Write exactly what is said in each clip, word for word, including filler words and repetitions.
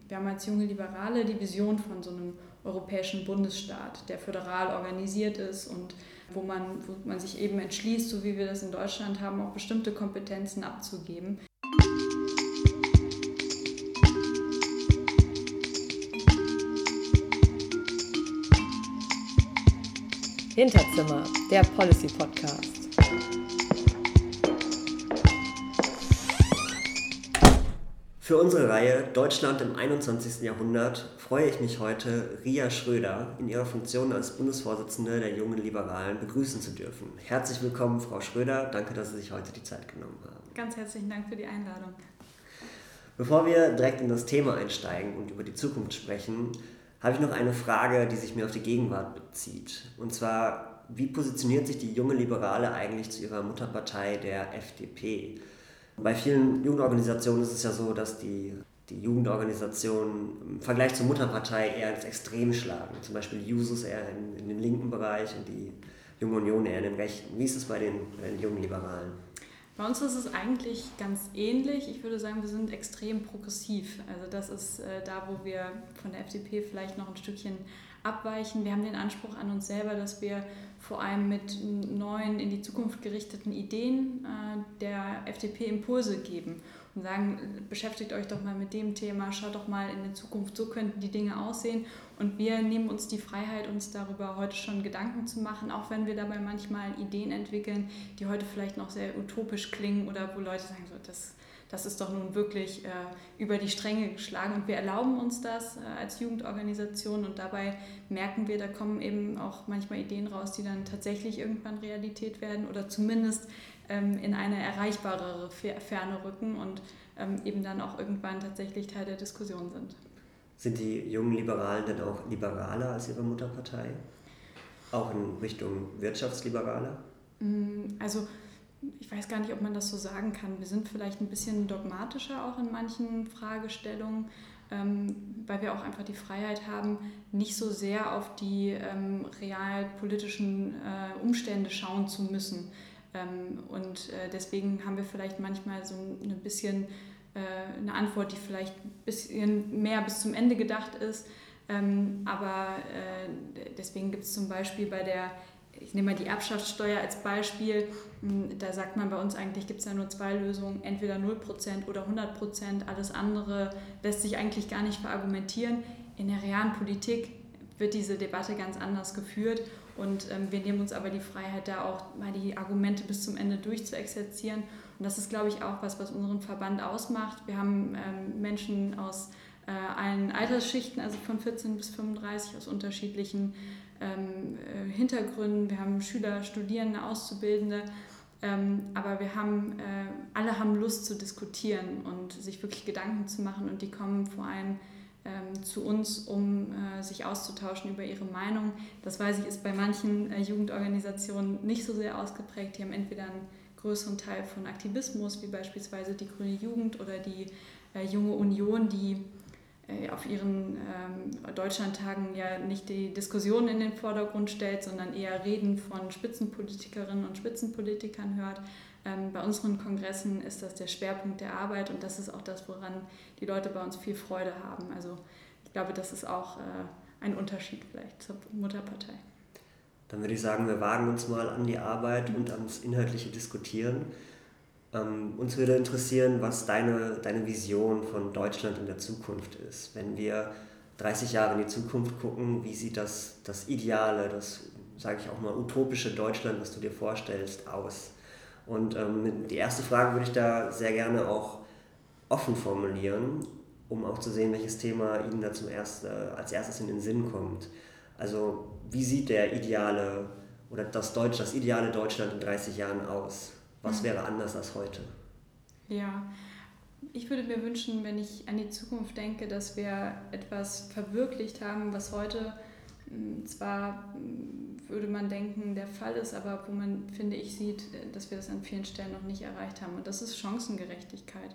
wir haben als junge Liberale die Vision von so einem europäischen Bundesstaat, der föderal organisiert ist und wo man, wo man sich eben entschließt, so wie wir das in Deutschland haben, auch bestimmte Kompetenzen abzugeben. Hinterzimmer, der Policy Podcast. Für unsere Reihe Deutschland im einundzwanzigsten Jahrhundert freue ich mich heute, Ria Schröder in ihrer Funktion als Bundesvorsitzende der Jungen Liberalen begrüßen zu dürfen. Herzlich willkommen, Frau Schröder. Danke, dass Sie sich heute die Zeit genommen haben. Ganz herzlichen Dank für die Einladung. Bevor wir direkt in das Thema einsteigen und über die Zukunft sprechen, habe ich noch eine Frage, die sich mir auf die Gegenwart bezieht. Und zwar, wie positioniert sich die Junge Liberale eigentlich zu ihrer Mutterpartei, der F D P? Bei vielen Jugendorganisationen ist es ja so, dass die, die Jugendorganisationen im Vergleich zur Mutterpartei eher ins Extrem schlagen. Zum Beispiel die Jusos eher in, in den linken Bereich und die Junge Union eher in den rechten. Wie ist es bei den, bei den Jungen Liberalen? Bei uns ist es eigentlich ganz ähnlich. Ich würde sagen, wir sind extrem progressiv. Also das ist äh, da, wo wir von der F D P vielleicht noch ein Stückchen abweichen. Wir haben den Anspruch an uns selber, dass wir vor allem mit neuen, in die Zukunft gerichteten Ideen äh, der F D P Impulse geben und sagen, beschäftigt euch doch mal mit dem Thema, schaut doch mal in die Zukunft, so könnten die Dinge aussehen. Und wir nehmen uns die Freiheit, uns darüber heute schon Gedanken zu machen, auch wenn wir dabei manchmal Ideen entwickeln, die heute vielleicht noch sehr utopisch klingen oder wo Leute sagen, so, das Das ist doch nun wirklich äh, über die Stränge geschlagen und wir erlauben uns das äh, als Jugendorganisation und dabei merken wir, da kommen eben auch manchmal Ideen raus, die dann tatsächlich irgendwann Realität werden oder zumindest ähm, in eine erreichbarere Ferne rücken und ähm, eben dann auch irgendwann tatsächlich Teil der Diskussion sind. Sind die jungen Liberalen denn auch liberaler als ihre Mutterpartei? Auch in Richtung Wirtschaftsliberaler? Also ich weiß gar nicht, ob man das so sagen kann. Wir sind vielleicht ein bisschen dogmatischer auch in manchen Fragestellungen, ähm, weil wir auch einfach die Freiheit haben, nicht so sehr auf die ähm, realpolitischen äh, Umstände schauen zu müssen. Ähm, und äh, deswegen haben wir vielleicht manchmal so ein bisschen äh, eine Antwort, die vielleicht ein bisschen mehr bis zum Ende gedacht ist. Ähm, aber äh, deswegen gibt es zum Beispiel bei der Ich nehme mal die Erbschaftssteuer als Beispiel. Da sagt man bei uns eigentlich, gibt es ja nur zwei Lösungen, entweder null Prozent oder hundert Prozent. Alles andere lässt sich eigentlich gar nicht verargumentieren. In der realen Politik wird diese Debatte ganz anders geführt und ähm, wir nehmen uns aber die Freiheit, da auch mal die Argumente bis zum Ende durchzuexerzieren. Und das ist, glaube ich, auch was, was unseren Verband ausmacht. Wir haben ähm, Menschen aus äh, allen Altersschichten, also von vierzehn bis fünfunddreißig, aus unterschiedlichen Ähm, äh, Hintergründen, wir haben Schüler, Studierende, Auszubildende, ähm, aber wir haben, äh, alle haben Lust zu diskutieren und sich wirklich Gedanken zu machen und die kommen vor allem ähm, zu uns, um äh, sich auszutauschen über ihre Meinung. Das weiß ich, ist bei manchen äh, Jugendorganisationen nicht so sehr ausgeprägt. Die haben entweder einen größeren Teil von Aktivismus, wie beispielsweise die Grüne Jugend oder die äh, Junge Union, die auf ihren ähm, Deutschlandtagen ja nicht die Diskussion in den Vordergrund stellt, sondern eher Reden von Spitzenpolitikerinnen und Spitzenpolitikern hört. Ähm, bei unseren Kongressen ist das der Schwerpunkt der Arbeit und das ist auch das, woran die Leute bei uns viel Freude haben. Also ich glaube, das ist auch äh, ein Unterschied vielleicht zur Mutterpartei. Dann würde ich sagen, wir wagen uns mal an die Arbeit und ans inhaltliche Diskutieren. Ähm, uns würde interessieren, was deine, deine Vision von Deutschland in der Zukunft ist. Wenn wir dreißig Jahre in die Zukunft gucken, wie sieht das, das ideale, das, sage ich auch mal, utopische Deutschland, was du dir vorstellst, aus? Und ähm, die erste Frage würde ich da sehr gerne auch offen formulieren, um auch zu sehen, welches Thema Ihnen da zum erst, äh, als erstes in den Sinn kommt. Also wie sieht der ideale oder das, Deutsch, das ideale Deutschland in dreißig Jahren aus? Was wäre anders als heute? Ja, ich würde mir wünschen, wenn ich an die Zukunft denke, dass wir etwas verwirklicht haben, was heute zwar, würde man denken, der Fall ist, aber wo man, finde ich, sieht, dass wir das an vielen Stellen noch nicht erreicht haben. Und das ist Chancengerechtigkeit.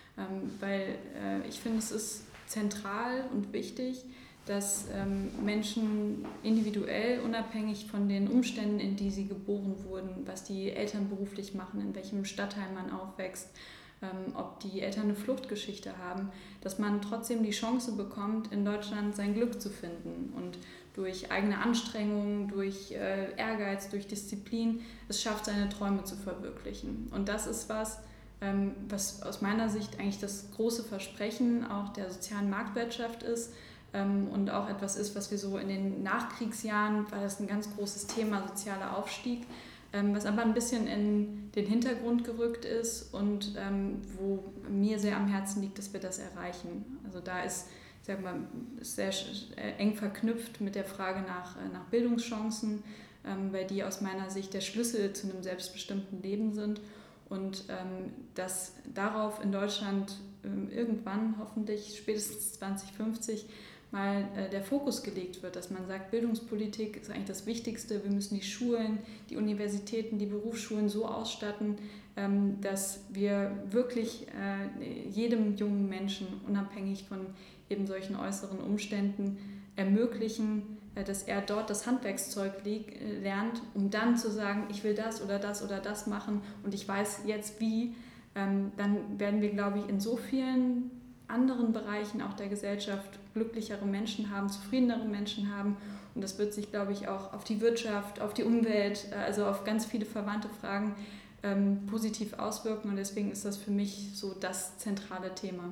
Weil ich finde, es ist zentral und wichtig, dass ähm, Menschen individuell, unabhängig von den Umständen, in die sie geboren wurden, was die Eltern beruflich machen, in welchem Stadtteil man aufwächst, ähm, ob die Eltern eine Fluchtgeschichte haben, dass man trotzdem die Chance bekommt, in Deutschland sein Glück zu finden und durch eigene Anstrengungen, durch äh, Ehrgeiz, durch Disziplin es schafft, seine Träume zu verwirklichen. Und das ist was, ähm, was aus meiner Sicht eigentlich das große Versprechen auch der sozialen Marktwirtschaft ist ähm, und auch etwas ist, was wir so in den Nachkriegsjahren, war das ein ganz großes Thema, sozialer Aufstieg, ähm, was aber ein bisschen in den Hintergrund gerückt ist und ähm, wo mir sehr am Herzen liegt, dass wir das erreichen. Also da ist Ich sag mal, ist sehr eng verknüpft mit der Frage nach, nach Bildungschancen, ähm, weil die aus meiner Sicht der Schlüssel zu einem selbstbestimmten Leben sind und ähm, dass darauf in Deutschland ähm, irgendwann, hoffentlich spätestens zwanzig fünfzig, mal äh, der Fokus gelegt wird, dass man sagt, Bildungspolitik ist eigentlich das Wichtigste, wir müssen die Schulen, die Universitäten, die Berufsschulen so ausstatten, ähm, dass wir wirklich äh, jedem jungen Menschen, unabhängig von eben solchen äußeren Umständen, ermöglichen, dass er dort das Handwerkszeug lernt, um dann zu sagen, ich will das oder das oder das machen und ich weiß jetzt wie, dann werden wir, glaube ich, in so vielen anderen Bereichen auch der Gesellschaft glücklichere Menschen haben, zufriedenere Menschen haben und das wird sich, glaube ich, auch auf die Wirtschaft, auf die Umwelt, also auf ganz viele verwandte Fragen positiv auswirken und deswegen ist das für mich so das zentrale Thema.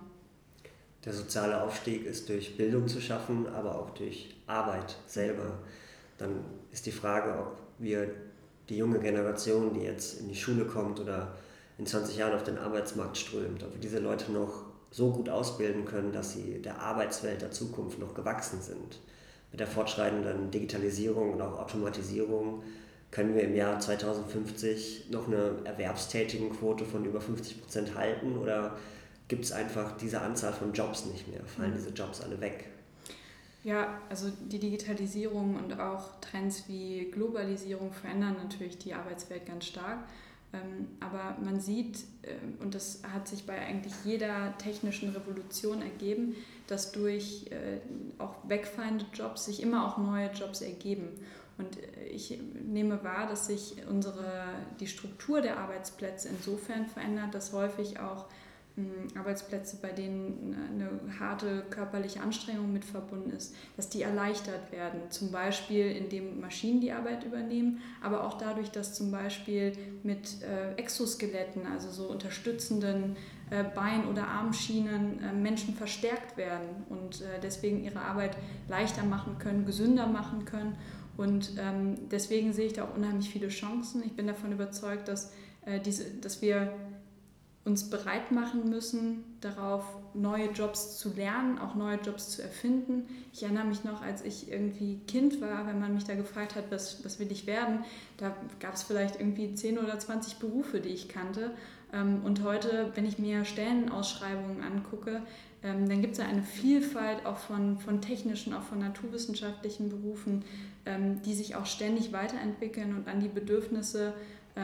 Der soziale Aufstieg ist durch Bildung zu schaffen, aber auch durch Arbeit selber. Dann ist die Frage, ob wir die junge Generation, die jetzt in die Schule kommt oder in zwanzig Jahren auf den Arbeitsmarkt strömt, ob wir diese Leute noch so gut ausbilden können, dass sie der Arbeitswelt der Zukunft noch gewachsen sind. Mit der fortschreitenden Digitalisierung und auch Automatisierung können wir im Jahr zweitausendfünfzig noch eine Erwerbstätigenquote von über fünfzig Prozent halten oder gibt es einfach diese Anzahl von Jobs nicht mehr, fallen diese Jobs alle weg? Ja, also die Digitalisierung und auch Trends wie Globalisierung verändern natürlich die Arbeitswelt ganz stark. Aber man sieht, und das hat sich bei eigentlich jeder technischen Revolution ergeben, dass durch auch wegfallende Jobs sich immer auch neue Jobs ergeben. Und ich nehme wahr, dass sich unsere, die Struktur der Arbeitsplätze insofern verändert, dass häufig auch Arbeitsplätze, bei denen eine harte körperliche Anstrengung mit verbunden ist, dass die erleichtert werden. Zum Beispiel, indem Maschinen die Arbeit übernehmen, aber auch dadurch, dass zum Beispiel mit äh, Exoskeletten, also so unterstützenden äh, Bein- oder Armschienen, äh, Menschen verstärkt werden und äh, deswegen ihre Arbeit leichter machen können, gesünder machen können. Und ähm, deswegen sehe ich da auch unheimlich viele Chancen. Ich bin davon überzeugt, dass, äh, diese, dass wir uns bereit machen müssen, darauf neue Jobs zu lernen, auch neue Jobs zu erfinden. Ich erinnere mich noch, als ich irgendwie Kind war, wenn man mich da gefragt hat, was, was will ich werden, da gab es vielleicht irgendwie zehn oder zwanzig Berufe, die ich kannte. Und heute, wenn ich mir Stellenausschreibungen angucke, dann gibt es ja eine Vielfalt auch von, von technischen, auch von naturwissenschaftlichen Berufen, die sich auch ständig weiterentwickeln und an die Bedürfnisse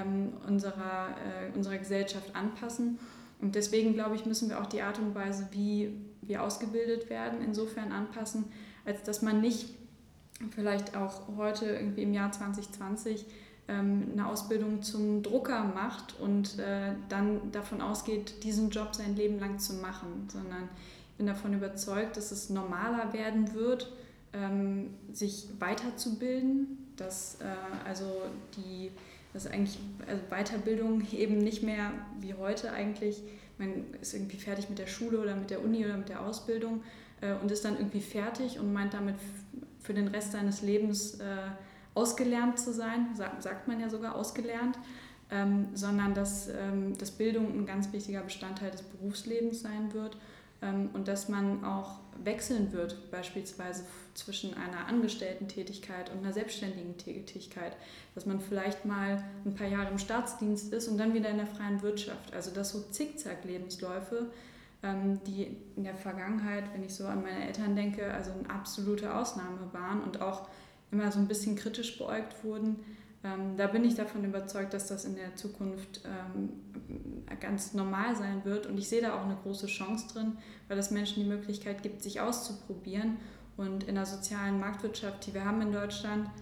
unserer, äh, unserer Gesellschaft anpassen. Und deswegen, glaube ich, müssen wir auch die Art und Weise, wie wir ausgebildet werden, insofern anpassen, als dass man nicht vielleicht auch heute irgendwie im Jahr zwanzig zwanzig ähm, eine Ausbildung zum Drucker macht und äh, dann davon ausgeht, diesen Job sein Leben lang zu machen, sondern ich bin davon überzeugt, dass es normaler werden wird, ähm, sich weiterzubilden, dass äh, also die dass eigentlich also Weiterbildung eben nicht mehr wie heute eigentlich, man ist irgendwie fertig mit der Schule oder mit der Uni oder mit der Ausbildung äh, und ist dann irgendwie fertig und meint damit f- für den Rest seines Lebens äh, ausgelernt zu sein, sagt, sagt man ja sogar ausgelernt, ähm, sondern dass, ähm, dass Bildung ein ganz wichtiger Bestandteil des Berufslebens sein wird ähm, und dass man auch wechseln wird, beispielsweise zwischen einer Angestellten-Tätigkeit und einer selbstständigen Tätigkeit, dass man vielleicht mal ein paar Jahre im Staatsdienst ist und dann wieder in der freien Wirtschaft. Also dass so Zickzack-Lebensläufe, ähm, die in der Vergangenheit, wenn ich so an meine Eltern denke, also eine absolute Ausnahme waren und auch immer so ein bisschen kritisch beäugt wurden. Ähm, da bin ich davon überzeugt, dass das in der Zukunft ähm, ganz normal sein wird und ich sehe da auch eine große Chance drin, weil es Menschen die Möglichkeit gibt, sich auszuprobieren und in der sozialen Marktwirtschaft, die wir haben in Deutschland,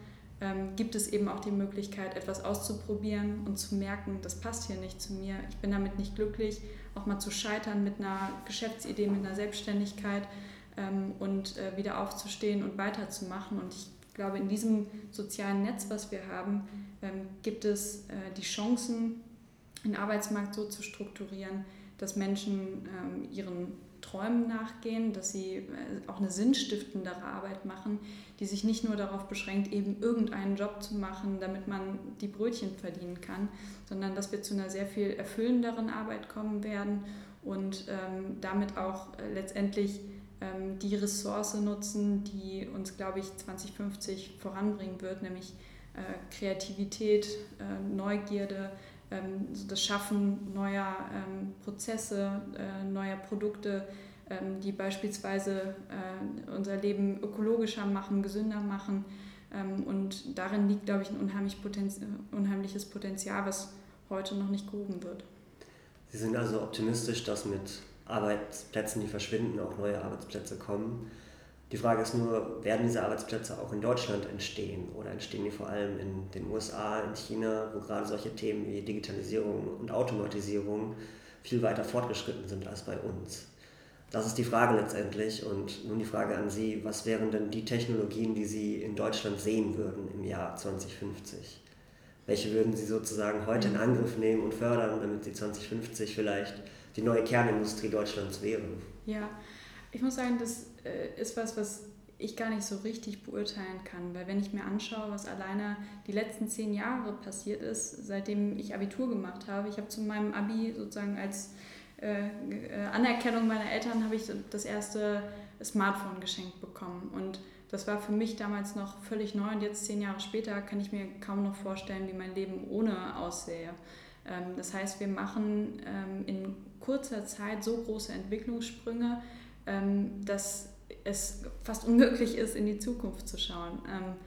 ähm, gibt es eben auch die Möglichkeit, etwas auszuprobieren und zu merken, das passt hier nicht zu mir, ich bin damit nicht glücklich, auch mal zu scheitern mit einer Geschäftsidee, mit einer Selbstständigkeit ähm, und äh, wieder aufzustehen und weiterzumachen. Und ich glaube, in diesem sozialen Netz, was wir haben, ähm, gibt es äh, die Chancen, den Arbeitsmarkt so zu strukturieren, dass Menschen ähm, ihren Träumen nachgehen, dass sie äh, auch eine sinnstiftendere Arbeit machen, die sich nicht nur darauf beschränkt, eben irgendeinen Job zu machen, damit man die Brötchen verdienen kann, sondern dass wir zu einer sehr viel erfüllenderen Arbeit kommen werden und ähm, damit auch äh, letztendlich ähm, die Ressource nutzen, die uns, glaube ich, zwanzig fünfzig voranbringen wird, nämlich äh, Kreativität, äh, Neugierde, ähm, das Schaffen neuer ähm, Prozesse, äh, neuer Produkte, ähm, die beispielsweise äh, unser Leben ökologischer machen, gesünder machen. Ähm, und darin liegt, glaube ich, ein unheimlich Potenz- unheimliches Potenzial, was heute noch nicht gehoben wird. Sie sind also optimistisch, dass mit Arbeitsplätzen, die verschwinden, auch neue Arbeitsplätze kommen. Die Frage ist nur, werden diese Arbeitsplätze auch in Deutschland entstehen oder entstehen die vor allem in den U S A, in China, wo gerade solche Themen wie Digitalisierung und Automatisierung viel weiter fortgeschritten sind als bei uns? Das ist die Frage letztendlich und nun die Frage an Sie, was wären denn die Technologien, die Sie in Deutschland sehen würden im Jahr zwanzig fünfzig? Welche würden Sie sozusagen heute in Angriff nehmen und fördern, damit sie zwanzig fünfzig vielleicht die neue Kernindustrie Deutschlands wären? Ja, ich muss sagen, das äh, ist was, was ich gar nicht so richtig beurteilen kann, weil wenn ich mir anschaue, was alleine die letzten zehn Jahre passiert ist, seitdem ich Abitur gemacht habe, ich habe zu meinem Abi sozusagen als äh, äh, Anerkennung meiner Eltern habe ich das erste Smartphone geschenkt bekommen und das war für mich damals noch völlig neu und jetzt zehn Jahre später kann ich mir kaum noch vorstellen, wie mein Leben ohne aussähe. Ähm, das heißt, wir machen ähm, in kurzer Zeit so große Entwicklungssprünge, ähm, dass es fast unmöglich ist, in die Zukunft zu schauen. Ähm,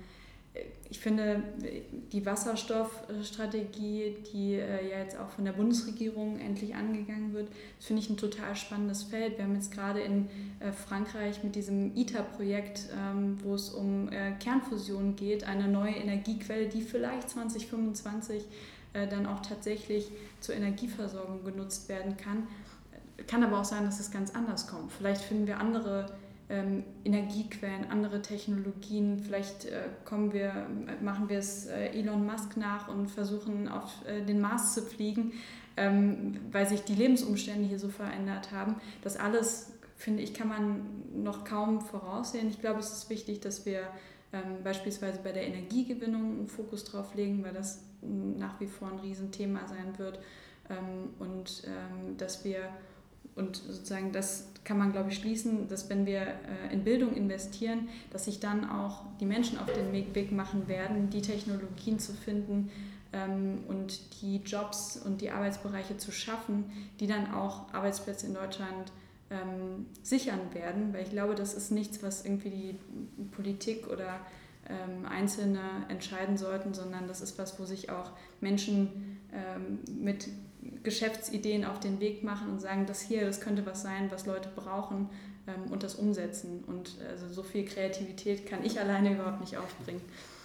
ich finde, die Wasserstoffstrategie, die äh, ja jetzt auch von der Bundesregierung endlich angegangen wird, das finde ich ein total spannendes Feld. Wir haben jetzt gerade in äh, Frankreich mit diesem ITER-Projekt, ähm, wo es um äh, Kernfusion geht, eine neue Energiequelle, die vielleicht zwanzig fünfundzwanzig äh, dann auch tatsächlich zur Energieversorgung genutzt werden kann. Kann aber auch sein, dass es ganz anders kommt. Vielleicht finden wir andere ähm, Energiequellen, andere Technologien. Vielleicht äh, kommen wir, machen wir es äh, Elon Musk nach und versuchen auf äh, den Mars zu fliegen, ähm, weil sich die Lebensumstände hier so verändert haben. Das alles, finde ich, kann man noch kaum voraussehen. Ich glaube, es ist wichtig, dass wir ähm, beispielsweise bei der Energiegewinnung einen Fokus drauf legen, weil das nach wie vor ein Riesenthema sein wird. Ähm, und ähm, dass wir Und sozusagen das kann man, glaube ich, schließen, dass wenn wir äh, in Bildung investieren, dass sich dann auch die Menschen auf den Weg machen werden, die Technologien zu finden ähm, und die Jobs und die Arbeitsbereiche zu schaffen, die dann auch Arbeitsplätze in Deutschland ähm, sichern werden. Weil ich glaube, das ist nichts, was irgendwie die Politik oder ähm, Einzelne entscheiden sollten, sondern das ist was, wo sich auch Menschen ähm, mit Geschäftsideen auf den Weg machen und sagen, das hier, das könnte was sein, was Leute brauchen ähm, und das umsetzen. Und also so viel Kreativität kann ich alleine überhaupt nicht aufbringen.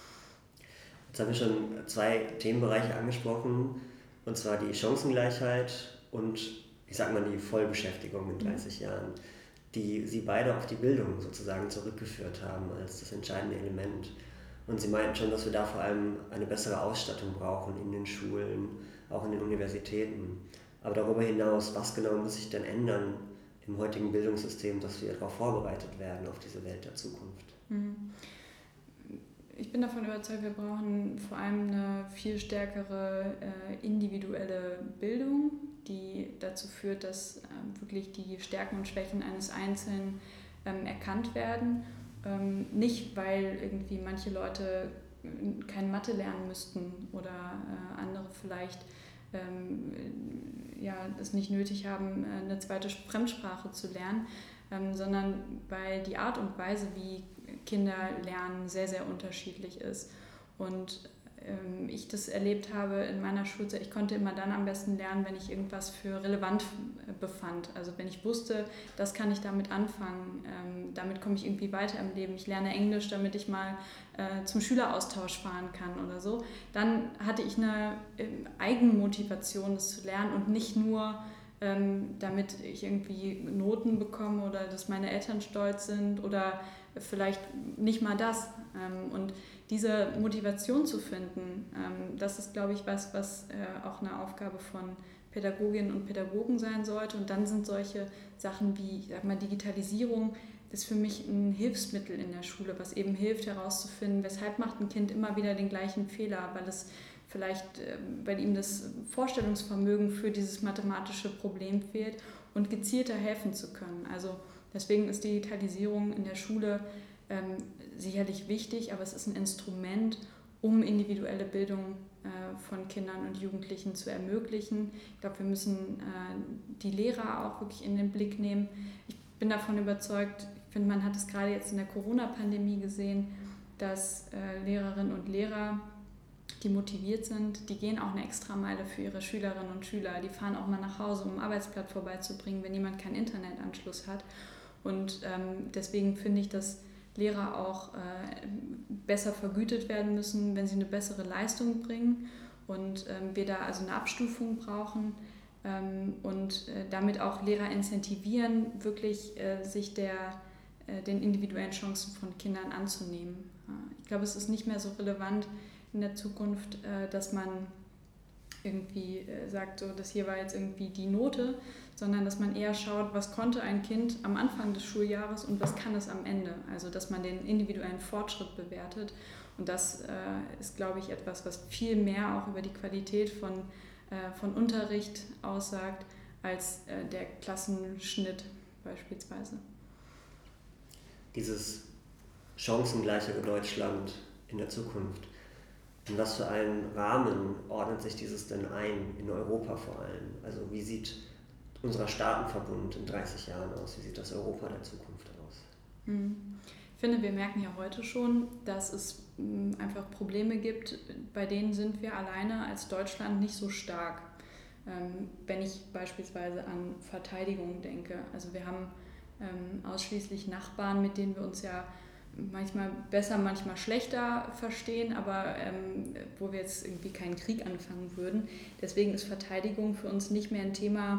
Jetzt haben wir schon zwei Themenbereiche angesprochen, und zwar die Chancengleichheit und, ich sag mal, die Vollbeschäftigung in dreißig mhm. Jahren, die Sie beide auf die Bildung sozusagen zurückgeführt haben als das entscheidende Element. Und Sie meinten schon, dass wir da vor allem eine bessere Ausstattung brauchen in den Schulen, auch in den Universitäten. Aber darüber hinaus, was genau muss sich denn ändern im heutigen Bildungssystem, dass wir darauf vorbereitet werden, auf diese Welt der Zukunft? Ich bin davon überzeugt, wir brauchen vor allem eine viel stärkere äh, individuelle Bildung, die dazu führt, dass äh, wirklich die Stärken und Schwächen eines Einzelnen ähm, erkannt werden. Ähm, nicht, weil irgendwie manche Leute kein Mathe lernen müssten oder äh, andere vielleicht ähm, ja, es nicht nötig haben, eine zweite Fremdsprache zu lernen, ähm, sondern weil die Art und Weise, wie Kinder lernen, sehr, sehr unterschiedlich ist. Und ähm, ich das erlebt habe in meiner Schulzeit, ich konnte immer dann am besten lernen, wenn ich irgendwas für relevant äh, befand. Also wenn ich wusste, das kann ich damit anfangen, ähm, damit komme ich irgendwie weiter im Leben. Ich lerne Englisch, damit ich mal äh, zum Schüleraustausch fahren kann oder so. Dann hatte ich eine äh, Eigenmotivation, das zu lernen und nicht nur ähm, damit ich irgendwie Noten bekomme oder dass meine Eltern stolz sind oder vielleicht nicht mal das. Ähm, und diese Motivation zu finden, ähm, das ist, glaube ich, was, was äh, auch eine Aufgabe von Pädagoginnen und Pädagogen sein sollte. Und dann sind solche Sachen wie, ich sag mal, Digitalisierung, das ist für mich ein Hilfsmittel in der Schule, was eben hilft herauszufinden, weshalb macht ein Kind immer wieder den gleichen Fehler, weil es vielleicht, weil ihm das Vorstellungsvermögen für dieses mathematische Problem fehlt und gezielter helfen zu können. Also deswegen ist Digitalisierung in der Schule ähm, sicherlich wichtig, aber es ist ein Instrument, um individuelle Bildung äh, von Kindern und Jugendlichen zu ermöglichen. Ich glaube, wir müssen äh, die Lehrer auch wirklich in den Blick nehmen. Ich bin davon überzeugt, ich finde, man hat es gerade jetzt in der Corona-Pandemie gesehen, dass äh, Lehrerinnen und Lehrer, die motiviert sind, die gehen auch eine Extrameile für ihre Schülerinnen und Schüler. Die fahren auch mal nach Hause, um ein Arbeitsblatt vorbeizubringen, wenn jemand keinen Internetanschluss hat. Und ähm, deswegen finde ich, dass Lehrer auch äh, besser vergütet werden müssen, wenn sie eine bessere Leistung bringen. Und ähm, wir da also eine Abstufung brauchen ähm, und äh, damit auch Lehrer incentivieren, wirklich äh, sich der, äh, den individuellen Chancen von Kindern anzunehmen. Äh, ich glaube, es ist nicht mehr so relevant in der Zukunft, äh, dass man irgendwie äh, sagt, so, das hier war jetzt irgendwie die Note, sondern dass man eher schaut, was konnte ein Kind am Anfang des Schuljahres und was kann es am Ende. Also dass man den individuellen Fortschritt bewertet. Und das äh, ist, glaube ich, etwas, was viel mehr auch über die Qualität von, äh, von Unterricht aussagt, als äh, der Klassenschnitt beispielsweise. Dieses chancengleichere Deutschland in der Zukunft. In was für einen Rahmen ordnet sich dieses denn ein, in Europa vor allem? Also wie sieht unser Staatenverbund in dreißig Jahren aus? Wie sieht das Europa der Zukunft aus? Ich finde, wir merken ja heute schon, dass es einfach Probleme gibt, bei denen sind wir alleine als Deutschland nicht so stark. Wenn ich beispielsweise an Verteidigung denke. Also wir haben ausschließlich Nachbarn, mit denen wir uns ja manchmal besser, manchmal schlechter verstehen, aber ähm, wo wir jetzt irgendwie keinen Krieg anfangen würden. Deswegen ist Verteidigung für uns nicht mehr ein Thema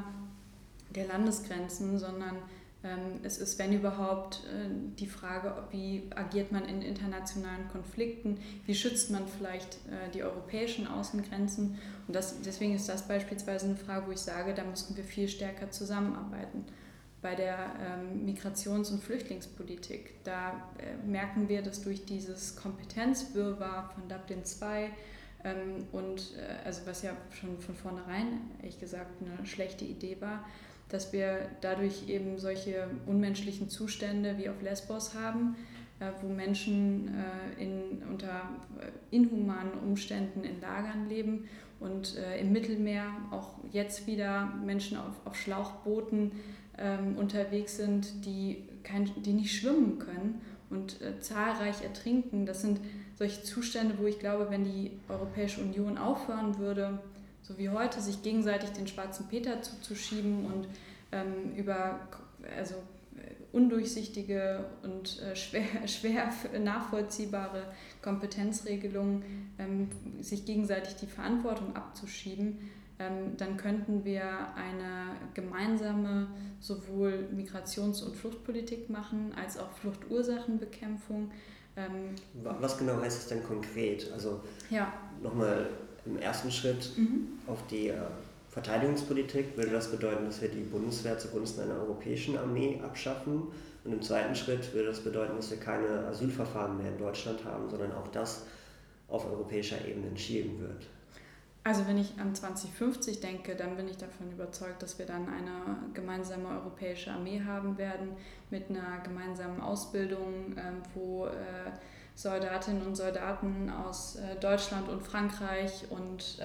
der Landesgrenzen, sondern ähm, es ist, wenn überhaupt, äh, die Frage, wie agiert man in internationalen Konflikten, wie schützt man vielleicht äh, die europäischen Außengrenzen. Und das, deswegen ist das beispielsweise eine Frage, wo ich sage, da müssten wir viel stärker zusammenarbeiten. Bei der ähm, Migrations- und Flüchtlingspolitik, da äh, merken wir, dass durch dieses Kompetenzwirrwarr von Dublin zwei ähm, und äh, also was ja schon von vornherein, ehrlich gesagt, eine schlechte Idee war, dass wir dadurch eben solche unmenschlichen Zustände wie auf Lesbos haben, äh, wo Menschen äh, in, unter äh, inhumanen Umständen in Lagern leben und äh, im Mittelmeer auch jetzt wieder Menschen auf, auf Schlauchbooten Ähm, unterwegs sind, die, kein, die nicht schwimmen können und äh, zahlreich ertrinken. Das sind solche Zustände, wo ich glaube, wenn die Europäische Union aufhören würde, so wie heute, sich gegenseitig den schwarzen Peter zuzuschieben und ähm, über also, äh, undurchsichtige und äh, schwer, schwer nachvollziehbare Kompetenzregelungen ähm, sich gegenseitig die Verantwortung abzuschieben, Ähm, dann könnten wir eine gemeinsame sowohl Migrations- und Fluchtpolitik machen, als auch Fluchtursachenbekämpfung. Ähm, Was genau heißt es denn konkret? Also ja. nochmal im ersten Schritt mhm. auf die äh, Verteidigungspolitik würde das bedeuten, dass wir die Bundeswehr zugunsten einer europäischen Armee abschaffen. Und im zweiten Schritt würde das bedeuten, dass wir keine Asylverfahren mehr in Deutschland haben, sondern auch das auf europäischer Ebene entschieden wird. Also wenn ich an zwanzig fünfzig denke, dann bin ich davon überzeugt, dass wir dann eine gemeinsame europäische Armee haben werden mit einer gemeinsamen Ausbildung, wo Soldatinnen und Soldaten aus Deutschland und Frankreich und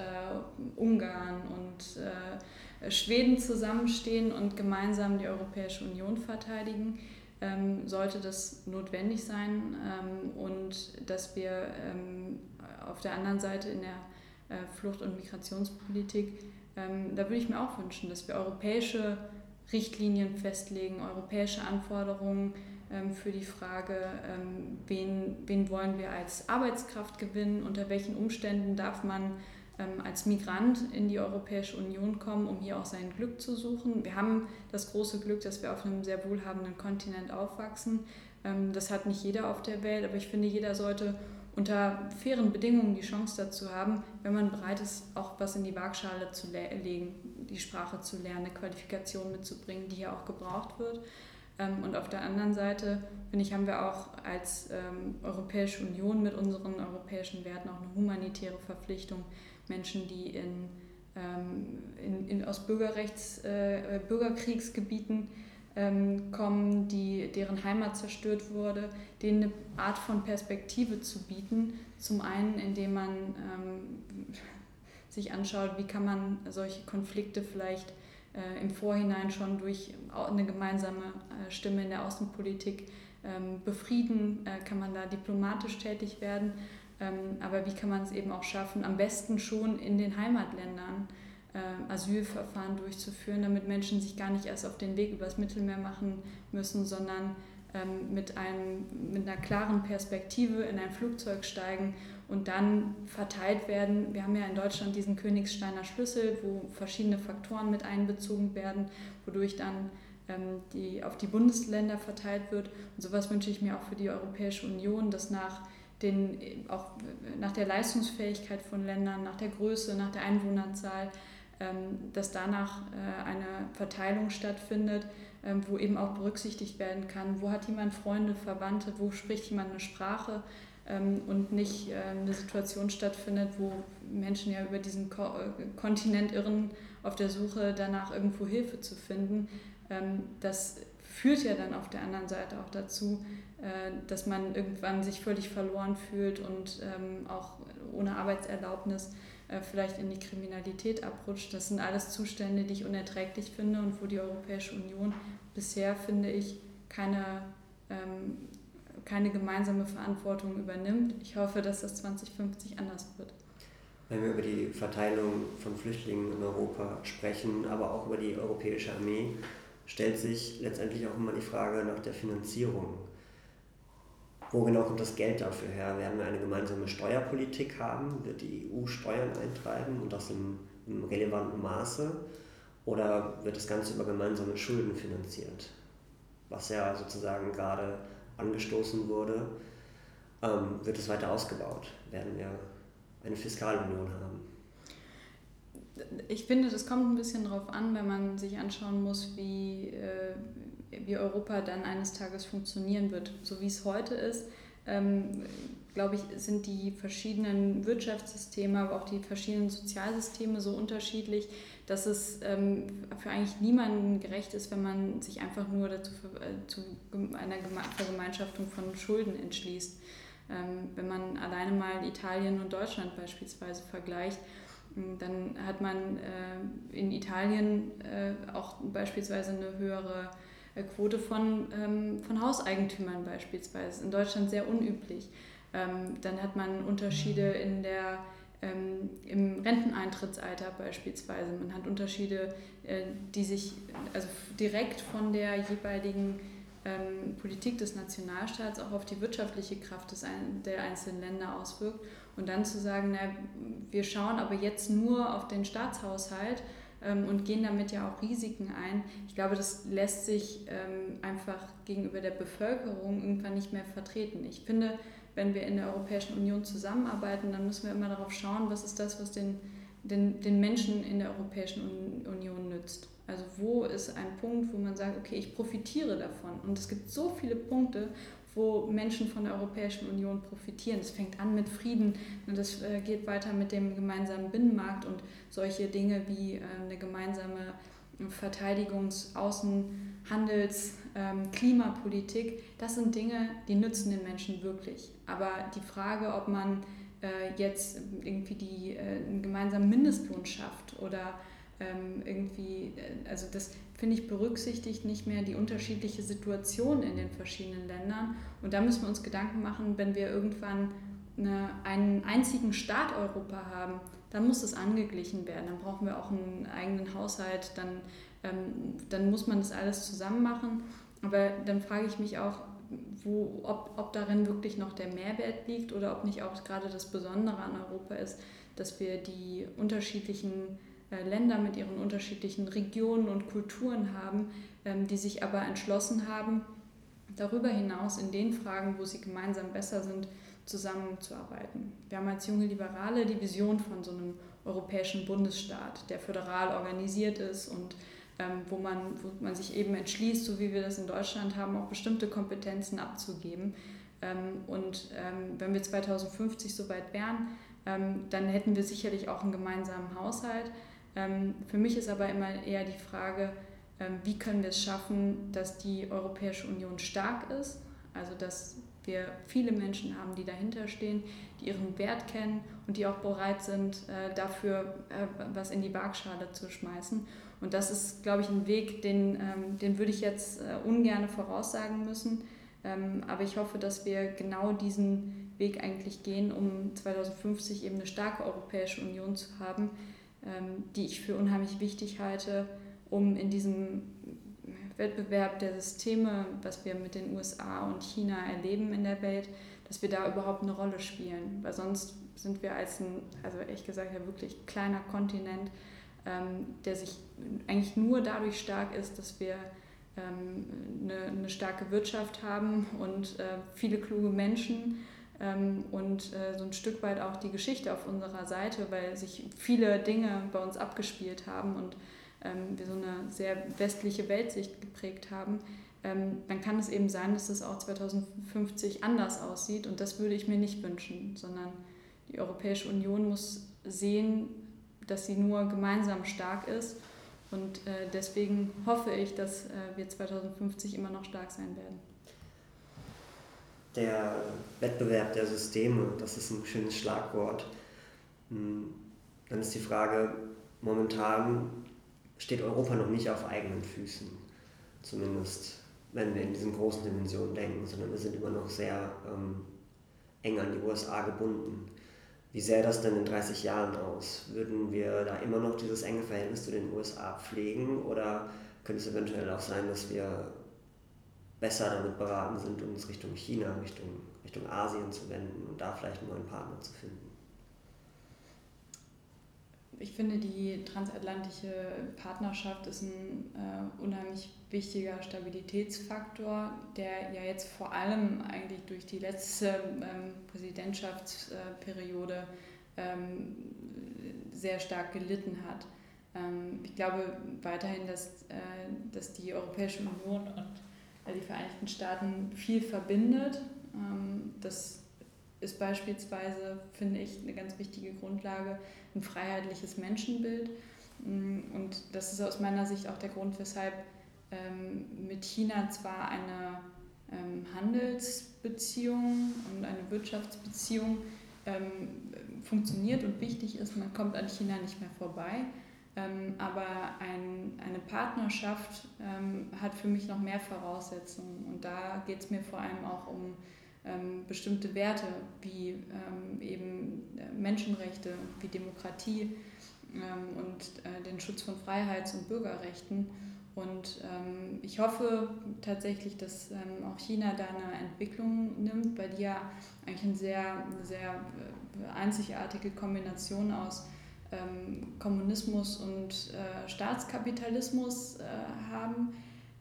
Ungarn und Schweden zusammenstehen und gemeinsam die Europäische Union verteidigen. ähm, sollte das notwendig sein ähm, und dass wir ähm, auf der anderen Seite in der äh, Flucht- und Migrationspolitik, ähm, da würde ich mir auch wünschen, dass wir europäische Richtlinien festlegen, europäische Anforderungen ähm, für die Frage, ähm, wen, wen wollen wir als Arbeitskraft gewinnen, unter welchen Umständen darf man ähm, als Migrant in die Europäische Union kommen, um hier auch sein Glück zu suchen. Wir haben das große Glück, dass wir auf einem sehr wohlhabenden Kontinent aufwachsen. Ähm, das hat nicht jeder auf der Welt, aber ich finde, jeder sollte unter fairen Bedingungen die Chance dazu haben, wenn man bereit ist, auch was in die Waagschale zu le- legen, die Sprache zu lernen, eine Qualifikation mitzubringen, die hier auch gebraucht wird. Ähm, und auf der anderen Seite, finde ich, haben wir auch als ähm, Europäische Union mit unseren europäischen Werten auch eine humanitäre Verpflichtung, Menschen, die in, ähm, in, in, aus Bürgerrechts, äh, Bürgerkriegsgebieten ähm, kommen, die, deren Heimat zerstört wurde, denen eine Art von Perspektive zu bieten. Zum einen, indem man ähm, sich anschaut, wie kann man solche Konflikte vielleicht äh, im Vorhinein schon durch eine gemeinsame äh, Stimme in der Außenpolitik ähm, befrieden, äh, kann man da diplomatisch tätig werden. Ähm, aber wie kann man es eben auch schaffen, am besten schon in den Heimatländern äh, Asylverfahren durchzuführen, damit Menschen sich gar nicht erst auf den Weg übers Mittelmeer machen müssen, sondern ähm, mit, einem, mit einer klaren Perspektive in ein Flugzeug steigen und dann verteilt werden. Wir haben ja in Deutschland diesen Königsteiner Schlüssel, wo verschiedene Faktoren mit einbezogen werden, wodurch dann ähm, die auf die Bundesländer verteilt wird. Und sowas wünsche ich mir auch für die Europäische Union, dass nach Den, auch nach der Leistungsfähigkeit von Ländern, nach der Größe, nach der Einwohnerzahl, ähm, dass danach äh, eine Verteilung stattfindet, ähm, wo eben auch berücksichtigt werden kann, wo hat jemand Freunde, Verwandte, wo spricht jemand eine Sprache ähm, und nicht äh, eine Situation stattfindet, wo Menschen ja über diesen Ko- Kontinent irren auf der Suche danach irgendwo Hilfe zu finden. Ähm, das führt ja dann auf der anderen Seite auch dazu, dass man irgendwann sich völlig verloren fühlt und ähm, auch ohne Arbeitserlaubnis äh, vielleicht in die Kriminalität abrutscht. Das sind alles Zustände, die ich unerträglich finde und wo die Europäische Union bisher, finde ich, keine, ähm, keine gemeinsame Verantwortung übernimmt. Ich hoffe, dass das zwanzig fünfzig anders wird. Wenn wir über die Verteilung von Flüchtlingen in Europa sprechen, aber auch über die europäische Armee, stellt sich letztendlich auch immer die Frage nach der Finanzierung. Wo genau kommt das Geld dafür her? Werden wir eine gemeinsame Steuerpolitik haben? Wird die E U Steuern eintreiben und das im, im relevanten Maße? Oder wird das Ganze über gemeinsame Schulden finanziert? Was ja sozusagen gerade angestoßen wurde. Ähm, wird es weiter ausgebaut? Werden wir eine Fiskalunion haben? Ich finde, das kommt ein bisschen darauf an, wenn man sich anschauen muss, wie, äh, wie Europa dann eines Tages funktionieren wird. So wie es heute ist, ähm, glaube ich, sind die verschiedenen Wirtschaftssysteme, aber auch die verschiedenen Sozialsysteme so unterschiedlich, dass es ähm, für eigentlich niemanden gerecht ist, wenn man sich einfach nur dazu äh, zu einer Vergemeinschaftung von Schulden entschließt. Ähm, wenn man alleine mal Italien und Deutschland beispielsweise vergleicht, dann hat man äh, in Italien äh, auch beispielsweise eine höhere äh, Quote von, ähm, von Hauseigentümern beispielsweise. In Deutschland sehr unüblich. Ähm, dann hat man Unterschiede in der, ähm, im Renteneintrittsalter beispielsweise. Man hat Unterschiede, äh, die sich also direkt von der jeweiligen ähm, Politik des Nationalstaats auch auf die wirtschaftliche Kraft des ein, der einzelnen Länder auswirkt. Und dann zu sagen, na, wir schauen aber jetzt nur auf den Staatshaushalt ähm, und gehen damit ja auch Risiken ein. Ich glaube, das lässt sich ähm, einfach gegenüber der Bevölkerung irgendwann nicht mehr vertreten. Ich finde, wenn wir in der Europäischen Union zusammenarbeiten, dann müssen wir immer darauf schauen, was ist das, was den, den, den Menschen in der Europäischen Union nützt. Also wo ist ein Punkt, wo man sagt, okay, ich profitiere davon. Und es gibt so viele Punkte, wo Menschen von der Europäischen Union profitieren. Es fängt an mit Frieden und das geht weiter mit dem gemeinsamen Binnenmarkt und solche Dinge wie eine gemeinsame Verteidigungs-, Außen-, Handels-, Klimapolitik. Das sind Dinge, die nützen den Menschen wirklich. Aber die Frage, ob man jetzt irgendwie die, einen gemeinsamen Mindestlohn schafft oder ähm, irgendwie, also das finde ich berücksichtigt nicht mehr die unterschiedliche Situation in den verschiedenen Ländern. Und da müssen wir uns Gedanken machen, wenn wir irgendwann eine, einen einzigen Staat Europa haben, dann muss es angeglichen werden. Dann brauchen wir auch einen eigenen Haushalt, dann, ähm, dann muss man das alles zusammen machen. Aber dann frage ich mich auch, wo, ob, ob darin wirklich noch der Mehrwert liegt oder ob nicht auch gerade das Besondere an Europa ist, dass wir die unterschiedlichen äh, Länder mit ihren unterschiedlichen Regionen und Kulturen haben, ähm, die sich aber entschlossen haben, darüber hinaus in den Fragen, wo sie gemeinsam besser sind, zusammenzuarbeiten. Wir haben als junge Liberale die Vision von so einem europäischen Bundesstaat, der föderal organisiert ist und ähm, wo, man, wo man sich eben entschließt, so wie wir das in Deutschland haben, auch bestimmte Kompetenzen abzugeben. Ähm, und ähm, wenn wir zweitausendfünfzig soweit wären, ähm, dann hätten wir sicherlich auch einen gemeinsamen Haushalt. Ähm, für mich ist aber immer eher die Frage, ähm, wie können wir es schaffen, dass die Europäische Union stark ist, also dass wir viele Menschen haben, die dahinter stehen, die ihren Wert kennen und die auch bereit sind, äh, dafür äh, was in die Waagschale zu schmeißen. Und das ist, glaube ich, ein Weg, den, ähm, den würde ich jetzt äh, ungern voraussagen müssen. Ähm, aber ich hoffe, dass wir genau diesen Weg eigentlich gehen, um zweitausendfünfzig eben eine starke Europäische Union zu haben, ähm, die ich für unheimlich wichtig halte, um in diesem Wettbewerb der Systeme, was wir mit den U S A und China erleben in der Welt, dass wir da überhaupt eine Rolle spielen. Weil sonst sind wir als ein, also ehrlich gesagt, ja wirklich kleiner Kontinent, ähm, der sich eigentlich nur dadurch stark ist, dass wir ähm, eine, eine starke Wirtschaft haben und äh, viele kluge Menschen ähm, und äh, so ein Stück weit auch die Geschichte auf unserer Seite, weil sich viele Dinge bei uns abgespielt haben und ähm, wir so eine sehr westliche Weltsicht geprägt haben, ähm, dann kann es eben sein, dass es auch zweitausendfünfzig anders aussieht und das würde ich mir nicht wünschen, sondern die Europäische Union muss sehen, dass sie nur gemeinsam stark ist und äh, deswegen hoffe ich, dass äh, wir zweitausendfünfzig immer noch stark sein werden. Der Wettbewerb der Systeme, das ist ein schönes Schlagwort. Dann ist die Frage, momentan steht Europa noch nicht auf eigenen Füßen, zumindest wenn wir in diesen großen Dimensionen denken, sondern wir sind immer noch sehr ähm, eng an die U S A gebunden. Wie sähe das denn in dreißig Jahren aus? Würden wir da immer noch dieses enge Verhältnis zu den U S A pflegen oder könnte es eventuell auch sein, dass wir besser damit beraten sind, uns Richtung China, Richtung, Richtung Asien zu wenden und da vielleicht einen neuen Partner zu finden? Ich finde, die transatlantische Partnerschaft ist ein äh, unheimlich wichtiger Stabilitätsfaktor, der ja jetzt vor allem eigentlich durch die letzte ähm, Präsidentschaftsperiode ähm, sehr stark gelitten hat. Ähm, ich glaube weiterhin, dass, äh, dass die Europäische Union und äh, die Vereinigten Staaten viel verbindet. Ähm, das ist beispielsweise, finde ich, eine ganz wichtige Grundlage, ein freiheitliches Menschenbild. Und das ist aus meiner Sicht auch der Grund, weshalb ähm, mit China zwar eine ähm, Handelsbeziehung und eine Wirtschaftsbeziehung ähm, funktioniert und wichtig ist, man kommt an China nicht mehr vorbei, ähm, aber ein, eine Partnerschaft ähm, hat für mich noch mehr Voraussetzungen und da geht es mir vor allem auch um Ähm, bestimmte Werte wie ähm, eben Menschenrechte, wie Demokratie ähm, und äh, den Schutz von Freiheits- und Bürgerrechten. Und ähm, ich hoffe tatsächlich, dass ähm, auch China da eine Entwicklung nimmt, weil die ja eigentlich eine sehr, eine sehr einzigartige Kombination aus ähm, Kommunismus und äh, Staatskapitalismus äh, haben.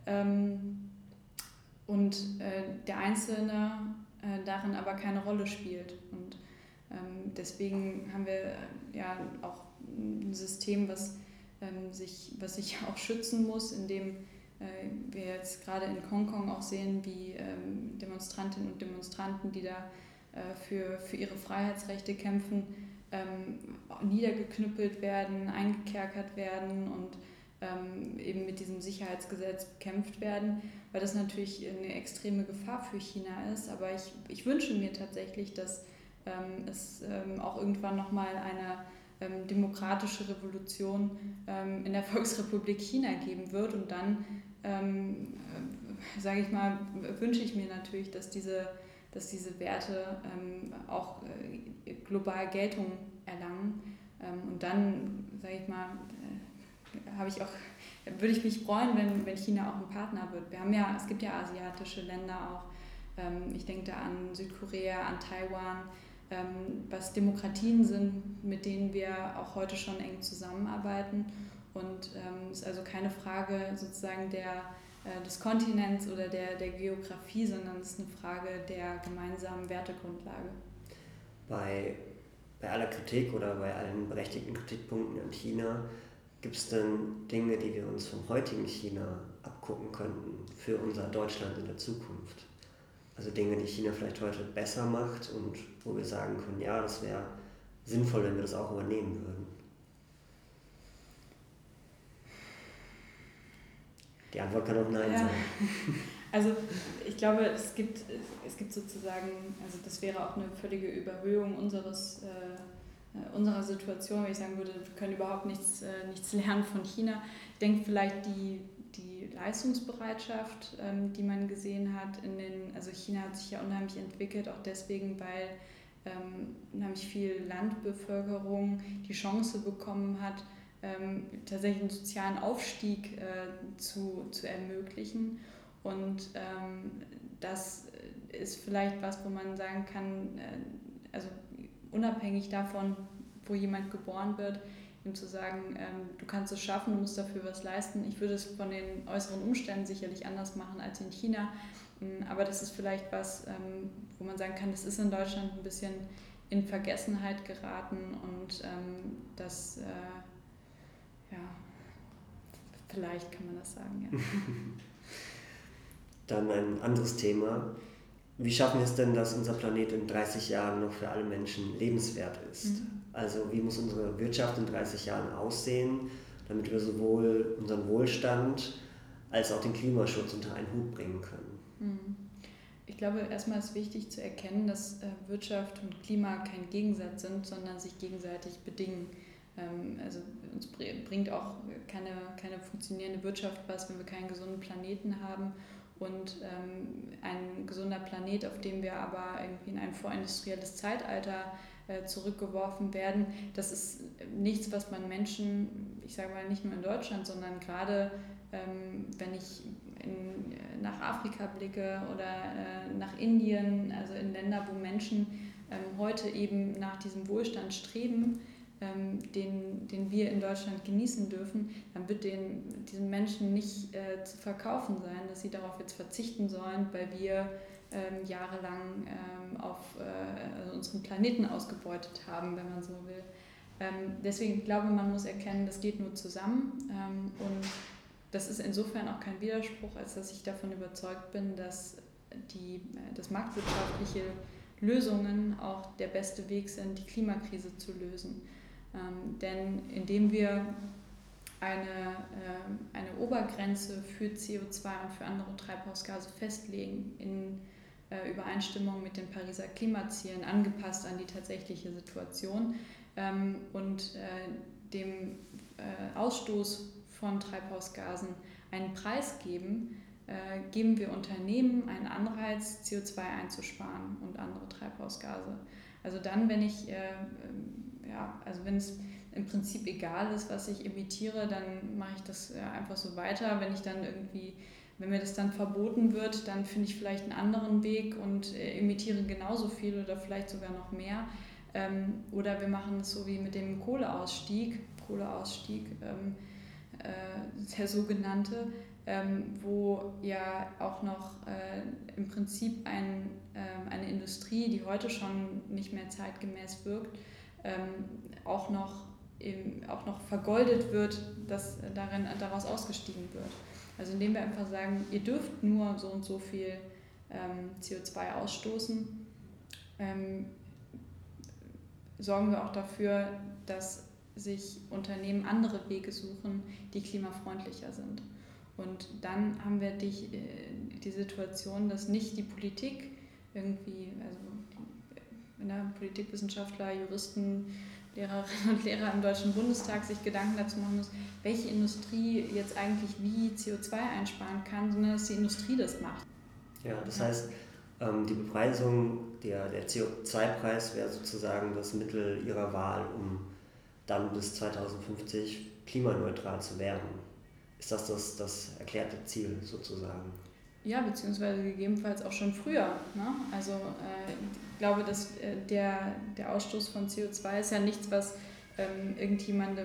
Ähm, und äh, der Einzelne darin aber keine Rolle spielt. Und ähm, deswegen haben wir ja auch ein System, was, ähm, sich, was sich auch schützen muss, indem äh, wir jetzt gerade in Hongkong auch sehen, wie ähm, Demonstrantinnen und Demonstranten, die da äh, für, für ihre Freiheitsrechte kämpfen, ähm, niedergeknüppelt werden, eingekerkert werden und Ähm, eben mit diesem Sicherheitsgesetz bekämpft werden, weil das natürlich eine extreme Gefahr für China ist. Aber ich, ich wünsche mir tatsächlich, dass ähm, es ähm, auch irgendwann nochmal eine, ähm, demokratische Revolution ähm, in der Volksrepublik China geben wird. Und dann, ähm, äh, sage ich mal, wünsche ich mir natürlich, dass diese, dass diese Werte ähm, auch äh, global Geltung erlangen. Ähm, und dann, sage ich mal, äh, habe ich auch, würde ich mich freuen, wenn, wenn China auch ein Partner wird. Wir haben ja, es gibt ja asiatische Länder auch, ähm, ich denke da an Südkorea, an Taiwan, ähm, was Demokratien sind, mit denen wir auch heute schon eng zusammenarbeiten. Und ähm, es ist also keine Frage sozusagen der, äh, des Kontinents oder der, der Geografie, sondern es ist eine Frage der gemeinsamen Wertegrundlage. Bei, bei aller Kritik oder bei allen berechtigten Kritikpunkten an China, gibt es denn Dinge, die wir uns vom heutigen China abgucken könnten für unser Deutschland in der Zukunft? Also Dinge, die China vielleicht heute besser macht und wo wir sagen können, ja, das wäre sinnvoll, wenn wir das auch übernehmen würden. Die Antwort kann auch Nein ja. sein. Also ich glaube, es gibt, es gibt sozusagen, also das wäre auch eine völlige Überhöhung unseres, äh, unserer Situation, wenn ich sagen würde, wir können überhaupt nichts, äh, nichts lernen von China. Ich denke vielleicht die, die Leistungsbereitschaft, ähm, die man gesehen hat in den, also China hat sich ja unheimlich entwickelt, auch deswegen, weil ähm, unheimlich viel Landbevölkerung die Chance bekommen hat, ähm, tatsächlich einen sozialen Aufstieg äh, zu, zu ermöglichen. Und ähm, das ist vielleicht was, wo man sagen kann, äh, also unabhängig davon, wo jemand geboren wird, ihm zu sagen, ähm, du kannst es schaffen, du musst dafür was leisten. Ich würde es von den äußeren Umständen sicherlich anders machen als in China, ähm, aber das ist vielleicht was, ähm, wo man sagen kann, das ist in Deutschland ein bisschen in Vergessenheit geraten und ähm, das, äh, ja, vielleicht kann man das sagen, ja. Dann ein anderes Thema. Wie schaffen wir es denn, dass unser Planet in dreißig Jahren noch für alle Menschen lebenswert ist? Mhm. Also wie muss unsere Wirtschaft in dreißig Jahren aussehen, damit wir sowohl unseren Wohlstand als auch den Klimaschutz unter einen Hut bringen können? Mhm. Ich glaube, erstmal ist wichtig zu erkennen, dass Wirtschaft und Klima kein Gegensatz sind, sondern sich gegenseitig bedingen. Also uns bringt auch keine, keine funktionierende Wirtschaft was, wenn wir keinen gesunden Planeten haben. Und ähm, ein gesunder Planet, auf dem wir aber irgendwie in ein vorindustrielles Zeitalter äh, zurückgeworfen werden, das ist nichts, was man Menschen, ich sage mal nicht nur in Deutschland, sondern gerade ähm, wenn ich in, nach Afrika blicke oder äh, nach Indien, also in Länder, wo Menschen ähm, heute eben nach diesem Wohlstand streben, ähm, den, den wir in Deutschland genießen dürfen, dann wird den, diesen Menschen nicht äh, zu verkaufen sein, dass sie darauf jetzt verzichten sollen, weil wir ähm, jahrelang ähm, auf äh, also unseren Planeten ausgebeutet haben, wenn man so will. Ähm, deswegen glaube ich, man muss erkennen, das geht nur zusammen ähm, und das ist insofern auch kein Widerspruch, als dass ich davon überzeugt bin, dass die, dass marktwirtschaftliche Lösungen auch der beste Weg sind, die Klimakrise zu lösen. Ähm, denn indem wir eine, äh, eine Obergrenze für C O zwei und für andere Treibhausgase festlegen, in äh, Übereinstimmung mit den Pariser Klimazielen, angepasst an die tatsächliche Situation ähm, und äh, dem äh, Ausstoß von Treibhausgasen einen Preis geben, äh, geben wir Unternehmen einen Anreiz, C O zwei einzusparen und andere Treibhausgase. Also dann, wenn ich, äh, ja, also wenn es im Prinzip egal ist, was ich emittiere, dann mache ich das äh, einfach so weiter. Wenn ich dann irgendwie, wenn mir das dann verboten wird, dann finde ich vielleicht einen anderen Weg und äh, emittiere genauso viel oder vielleicht sogar noch mehr. Ähm, oder wir machen es so wie mit dem Kohleausstieg, Kohleausstieg, ähm, äh, der sogenannte, ähm, wo ja auch noch äh, im Prinzip ein, äh, eine Industrie, die heute schon nicht mehr zeitgemäß wirkt, ähm, auch, noch im, auch noch vergoldet wird, dass darin, daraus ausgestiegen wird. Also indem wir einfach sagen, ihr dürft nur so und so viel ähm, C O zwei ausstoßen, ähm, sorgen wir auch dafür, dass sich Unternehmen andere Wege suchen, die klimafreundlicher sind. Und dann haben wir die, die Situation, dass nicht die Politik irgendwie, also die, ne, Politikwissenschaftler, Juristen Lehrerinnen und Lehrer im Deutschen Bundestag sich Gedanken dazu machen müssen, welche Industrie jetzt eigentlich wie C O zwei einsparen kann, sondern dass die Industrie das macht. Ja, das heißt, die Bepreisung, der, der C O zwei Preis wäre sozusagen das Mittel ihrer Wahl, um dann bis zweitausendfünfzig klimaneutral zu werden. Ist das das, das erklärte Ziel sozusagen? Ja, beziehungsweise gegebenenfalls auch schon früher. Ne? Also äh, ich glaube, dass äh, der, der Ausstoß von C O zwei ist ja nichts, was ähm, irgendjemandem,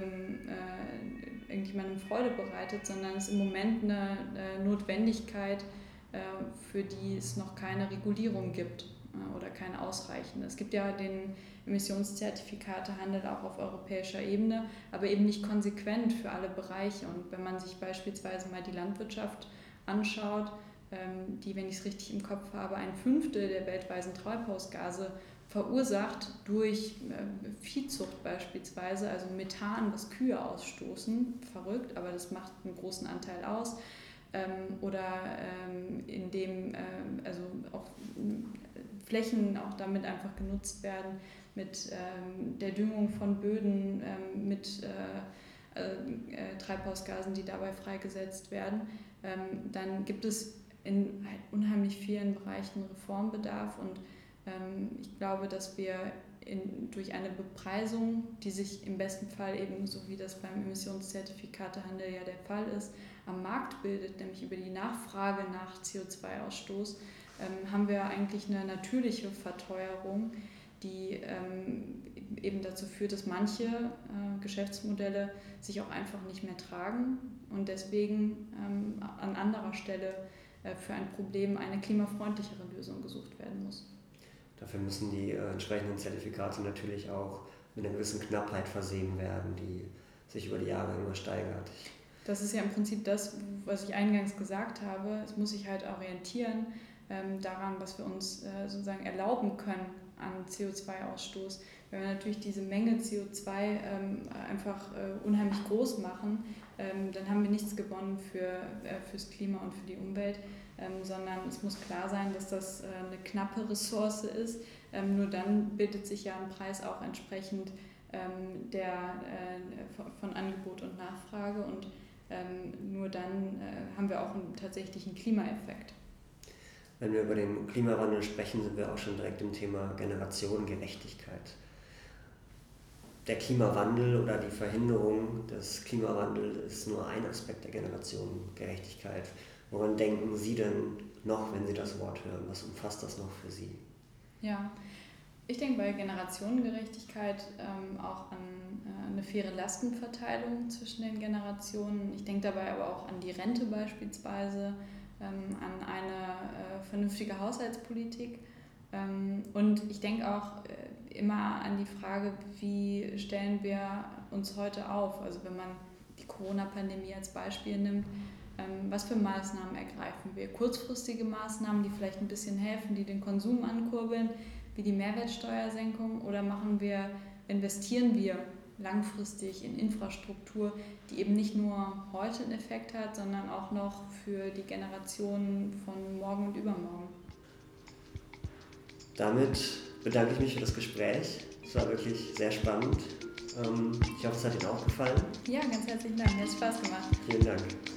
äh, irgendjemandem Freude bereitet, sondern es ist im Moment eine äh, Notwendigkeit, äh, für die es noch keine Regulierung gibt äh, oder keine ausreichende. Es gibt ja den Emissionszertifikatehandel auch auf europäischer Ebene, aber eben nicht konsequent für alle Bereiche. Und wenn man sich beispielsweise mal die Landwirtschaft anschaut, die, wenn ich es richtig im Kopf habe, ein Fünftel der weltweiten Treibhausgase verursacht durch Viehzucht beispielsweise, also Methan, was Kühe ausstoßen, verrückt, aber das macht einen großen Anteil aus, oder indem also auch Flächen auch damit einfach genutzt werden, mit der Düngung von Böden, mit Treibhausgasen, die dabei freigesetzt werden, dann gibt es in halt unheimlich vielen Bereichen Reformbedarf und ähm, ich glaube, dass wir in, durch eine Bepreisung, die sich im besten Fall eben, so wie das beim Emissionszertifikatehandel ja der Fall ist, am Markt bildet, nämlich über die Nachfrage nach C O zwei Ausstoß, ähm, haben wir eigentlich eine natürliche Verteuerung, die ähm, eben dazu führt, dass manche äh, Geschäftsmodelle sich auch einfach nicht mehr tragen und deswegen ähm, an anderer Stelle für ein Problem eine klimafreundlichere Lösung gesucht werden muss. Dafür müssen die äh, entsprechenden Zertifikate natürlich auch mit einer gewissen Knappheit versehen werden, die sich über die Jahre immer steigert. Das ist ja im Prinzip das, was ich eingangs gesagt habe. Es muss sich halt orientieren ähm, daran, was wir uns äh, sozusagen erlauben können an C O zwei Ausstoß. Wenn wir natürlich diese Menge C O zwei ähm, einfach äh, unheimlich groß machen, ähm, dann haben wir nichts gewonnen für, äh, fürs Klima und für die Umwelt, ähm, sondern es muss klar sein, dass das äh, eine knappe Ressource ist. Ähm, nur dann bildet sich ja ein Preis auch entsprechend ähm, der, äh, von Angebot und Nachfrage und ähm, nur dann äh, haben wir auch einen tatsächlichen Klimaeffekt. Wenn wir über den Klimawandel sprechen, sind wir auch schon direkt im Thema Generationengerechtigkeit. Der Klimawandel oder die Verhinderung des Klimawandels ist nur ein Aspekt der Generationengerechtigkeit. Woran denken Sie denn noch, wenn Sie das Wort hören? Was umfasst das noch für Sie? Ja, ich denke bei Generationengerechtigkeit ähm, auch an äh, eine faire Lastenverteilung zwischen den Generationen. Ich denke dabei aber auch an die Rente beispielsweise, ähm, an eine äh, vernünftige Haushaltspolitik. Ähm, und ich denke auch äh, immer an die Frage, wie stellen wir uns heute auf? Also wenn man die Corona-Pandemie als Beispiel nimmt, ähm, was für Maßnahmen ergreifen wir? Kurzfristige Maßnahmen, die vielleicht ein bisschen helfen, die den Konsum ankurbeln, wie die Mehrwertsteuersenkung, oder machen wir, investieren wir langfristig in Infrastruktur, die eben nicht nur heute einen Effekt hat, sondern auch noch für die Generationen von morgen und übermorgen. Damit bedanke ich mich für das Gespräch. Es war wirklich sehr spannend. Ich hoffe, es hat Ihnen auch gefallen. Ja, ganz herzlichen Dank. Mir hat Spaß gemacht. Vielen Dank.